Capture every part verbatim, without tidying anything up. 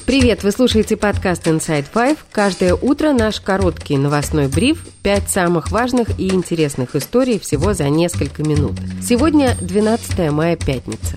Привет, вы слушаете подкаст Inside Five. Каждое утро наш короткий новостной бриф. Пять самых важных и интересных историй всего за несколько минут. Сегодня двенадцатое мая, пятница.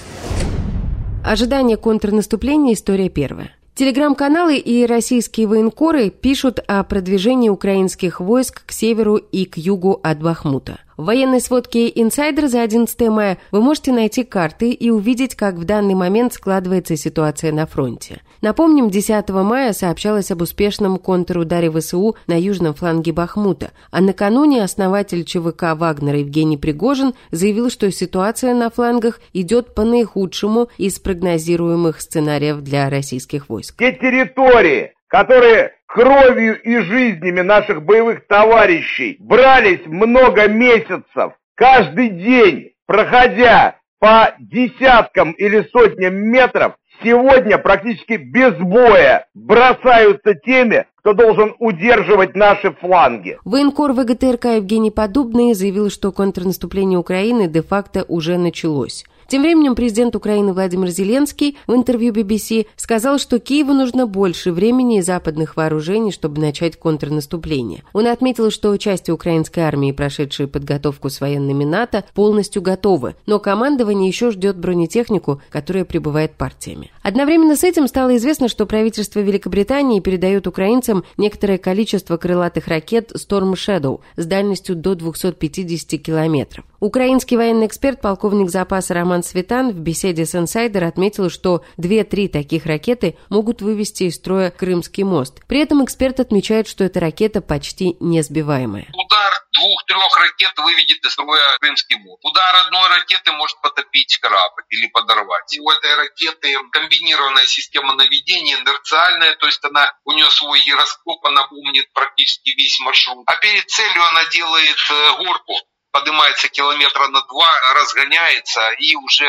Ожидание контрнаступления. История первая. Телеграм-каналы и российские военкоры пишут о продвижении украинских войск к северу и к югу от Бахмута. В военной сводке «Инсайдер» за одиннадцатое мая вы можете найти карты и увидеть, как в данный момент складывается ситуация на фронте. Напомним, десятого мая сообщалось об успешном контрударе ВСУ на южном фланге Бахмута, а накануне основатель ЧВК «Вагнера» Евгений Пригожин заявил, что ситуация на флангах идет по наихудшему из прогнозируемых сценариев для российских войск. Те территории, которые кровью и жизнями наших боевых товарищей брались много месяцев, каждый день, проходя по десяткам или сотням метров, сегодня практически без боя бросаются теми, кто должен удерживать наши фланги. Военкор ВГТРК Евгений Подубный заявил, что контрнаступление Украины де-факто уже началось. Тем временем президент Украины Владимир Зеленский в интервью би би си сказал, что Киеву нужно больше времени и западных вооружений, чтобы начать контрнаступление. Он отметил, что части украинской армии, прошедшие подготовку с военными НАТО, полностью готовы, но командование еще ждет бронетехнику, которая прибывает партиями. Одновременно с этим стало известно, что правительство Великобритании передает украинцам некоторое количество крылатых ракет Storm Shadow с дальностью до двухсот пятидесяти километров. Украинский военный эксперт, полковник запаса Роман Светан в беседе с «Инсайдер» отметил, что две-три таких ракеты могут вывести из строя Крымский мост. При этом эксперт отмечает, что эта ракета почти несбиваемая. Удар двух-трех ракет выведет из строя Крымский мост. Удар одной ракеты может потопить корабль или подорвать. У этой ракеты комбинированная система наведения, инерциальная, то есть она, у нее свой гироскоп, она помнит практически весь маршрут. А перед целью она делает горку. Поднимается километра на два, разгоняется и уже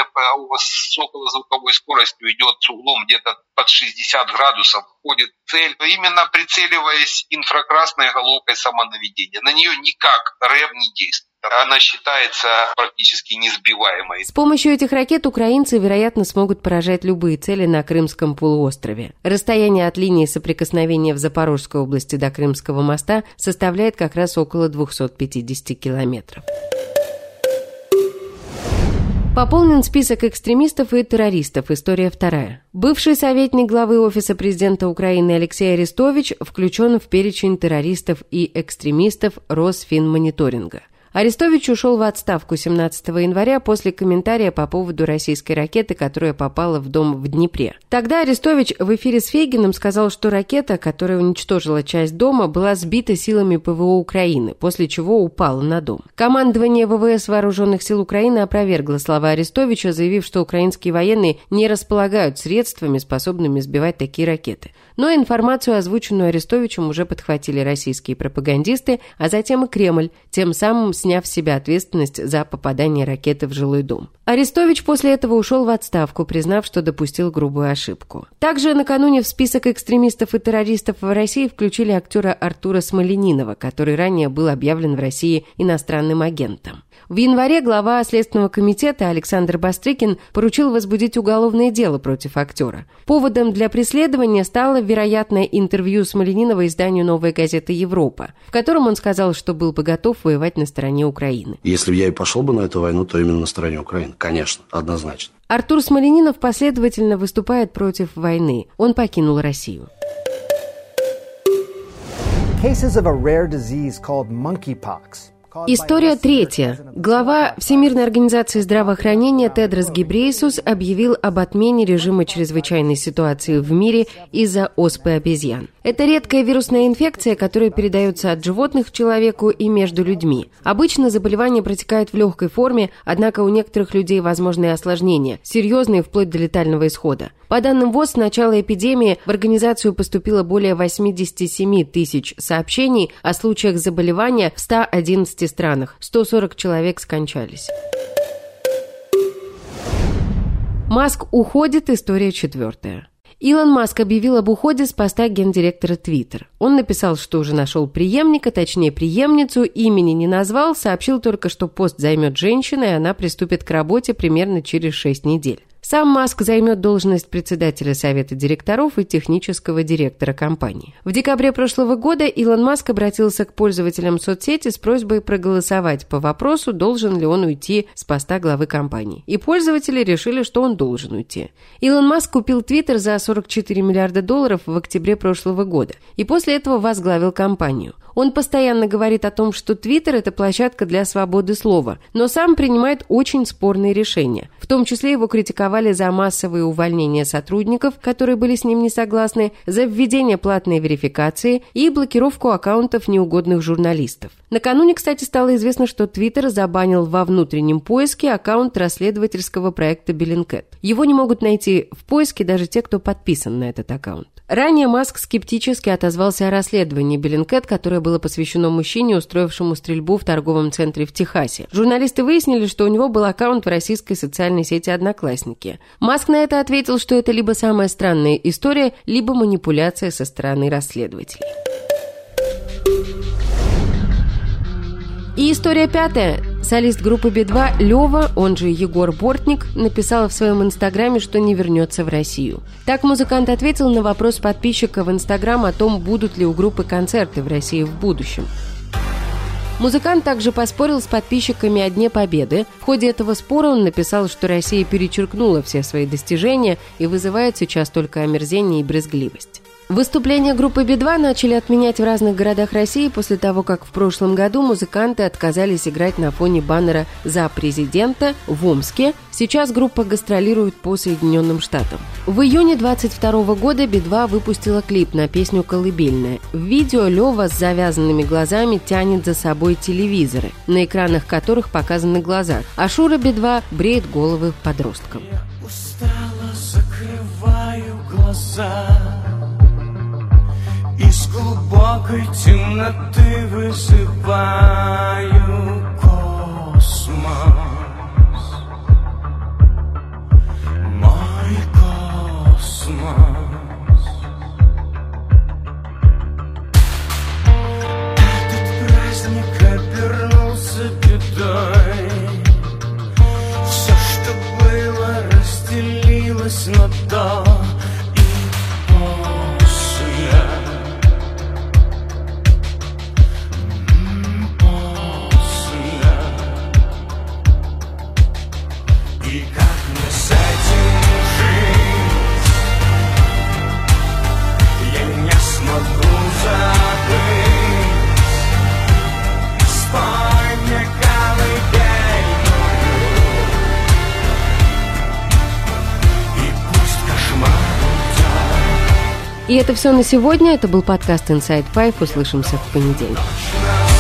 с околозвуковой скоростью идет с углом где-то под шестьдесят градусов, входит в цель, именно прицеливаясь инфракрасной головкой самонаведения. На нее никак РЭБ не действует. Она считается практически несбиваемой. С помощью этих ракет украинцы, вероятно, смогут поражать любые цели на Крымском полуострове. Расстояние от линии соприкосновения в Запорожской области до Крымского моста составляет как раз около двухсот пятидесяти километров. Пополнен список экстремистов и террористов. История вторая. Бывший советник главы Офиса президента Украины Алексей Арестович включен в перечень террористов и экстремистов Росфинмониторинга. Арестович ушел в отставку семнадцатого января после комментария по поводу российской ракеты, которая попала в дом в Днепре. Тогда Арестович в эфире с Фейгиным сказал, что ракета, которая уничтожила часть дома, была сбита силами ПВО Украины, после чего упала на дом. Командование ВВС Вооруженных сил Украины опровергло слова Арестовича, заявив, что украинские военные не располагают средствами, способными сбивать такие ракеты. Но информацию, озвученную Арестовичем, уже подхватили российские пропагандисты, а затем и Кремль, тем самым сняв с себя ответственность за попадание ракеты в жилой дом. Арестович после этого ушел в отставку, признав, что допустил грубую ошибку. Также накануне в список экстремистов и террористов в России включили актера Артура Смольянинова, который ранее был объявлен в России иностранным агентом. В январе глава Следственного комитета Александр Бастрыкин поручил возбудить уголовное дело против актера. Поводом для преследования стало вероятное интервью Смольянинова изданию «Новая газета Европа», в котором он сказал, что был бы готов воевать на стороне Украины. Если бы я и пошел бы на эту войну, то именно на стороне Украины. Конечно, однозначно. Артур Смольянинов последовательно выступает против войны. Он покинул Россию. Cases of a rare disease called monkeypox. История третья. Глава Всемирной организации здравоохранения Тедрос Гебрейесус объявил об отмене режима чрезвычайной ситуации в мире из-за оспы обезьян. Это редкая вирусная инфекция, которая передается от животных к человеку и между людьми. Обычно заболевание протекает в легкой форме, однако у некоторых людей возможны осложнения, серьезные вплоть до летального исхода. По данным ВОЗ, с начала эпидемии в организацию поступило более восемьдесят семь тысяч сообщений о случаях заболевания в ста одиннадцати странах. сто сорок человек скончались. Маск уходит. История четвертая. Илон Маск объявил об уходе с поста гендиректора Twitter. Он написал, что уже нашел преемника, точнее преемницу, имени не назвал, сообщил только, что пост займет женщина, и она приступит к работе примерно через шесть недель. Сам Маск займет должность председателя совета директоров и технического директора компании. В декабре прошлого года Илон Маск обратился к пользователям соцсети с просьбой проголосовать по вопросу, должен ли он уйти с поста главы компании. И пользователи решили, что он должен уйти. Илон Маск купил Твиттер за сорок четыре миллиарда долларов в октябре прошлого года и после этого возглавил компанию. Он постоянно говорит о том, что Твиттер – это площадка для свободы слова, но сам принимает очень спорные решения. В том числе его критиковали за массовые увольнения сотрудников, которые были с ним не согласны, за введение платной верификации и блокировку аккаунтов неугодных журналистов. Накануне, кстати, стало известно, что Твиттер забанил во внутреннем поиске аккаунт расследовательского проекта Bellingcat. Его не могут найти в поиске даже те, кто подписан на этот аккаунт. Ранее Маск скептически отозвался о расследовании Bellingcat, которое было посвящено мужчине, устроившему стрельбу в торговом центре в Техасе. Журналисты выяснили, что у него был аккаунт в российской социальной сети «Одноклассники». Маск на это ответил, что это либо самая странная история, либо манипуляция со стороны расследователей. И история пятая. Солист группы би два Лёва, он же Егор Бортник, написал в своем инстаграме, что не вернется в Россию. Так музыкант ответил на вопрос подписчика в инстаграм о том, будут ли у группы концерты в России в будущем. Музыкант также поспорил с подписчиками о Дне Победы. В ходе этого спора он написал, что Россия перечеркнула все свои достижения и вызывает сейчас только омерзение и брезгливость. Выступления группы би два начали отменять в разных городах России после того, как в прошлом году музыканты отказались играть на фоне баннера «За президента» в Омске. Сейчас группа гастролирует по Соединенным Штатам. В июне двадцать второго года би два выпустила клип на песню «Колыбельная». В видео Лёва с завязанными глазами тянет за собой телевизоры, на экранах которых показаны глаза, а Шура би два бреет головы подросткам. Я устало закрываю глаза. Из глубокой темноты вызываю космос, мой космос. Этот праздник обернулся бедой. Все, что было, разделилось на до и после. И как мне с этим жить? Я не смогу забыть. Спой мне колыбельную, и пусть кошмар уйдет. И это все на сегодня. Это был подкаст Inside Five. Услышимся в понедельник.